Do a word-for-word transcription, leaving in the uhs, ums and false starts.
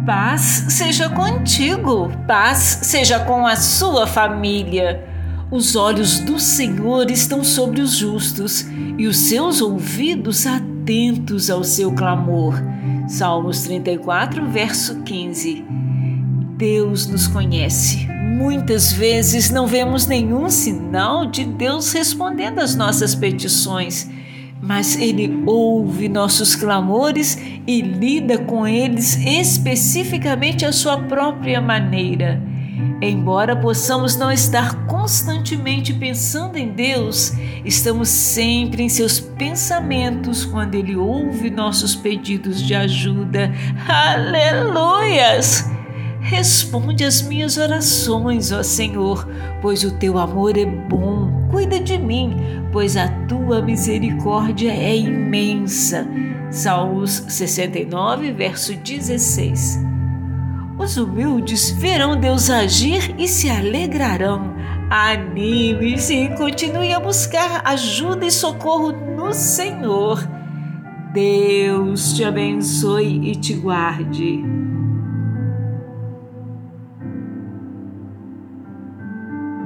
Paz seja contigo, paz seja com a sua família. Os olhos do Senhor estão sobre os justos e os seus ouvidos atentos ao seu clamor. Salmos trinta e quatro, verso quinze. Deus nos conhece. Muitas vezes não vemos nenhum sinal de Deus respondendo às nossas petições, mas Ele ouve nossos clamores e lida com eles especificamente à sua própria maneira. Embora possamos não estar constantemente pensando em Deus, estamos sempre em seus pensamentos quando Ele ouve nossos pedidos de ajuda. Aleluias! Responde às minhas orações, ó Senhor, pois o teu amor é bom. Cuida de mim, pois a tua misericórdia é imensa. Salmos sessenta e nove, verso dezesseis. Os humildes verão Deus agir e se alegrarão. Anime-se e continue a buscar ajuda e socorro no Senhor. Deus te abençoe e te guarde.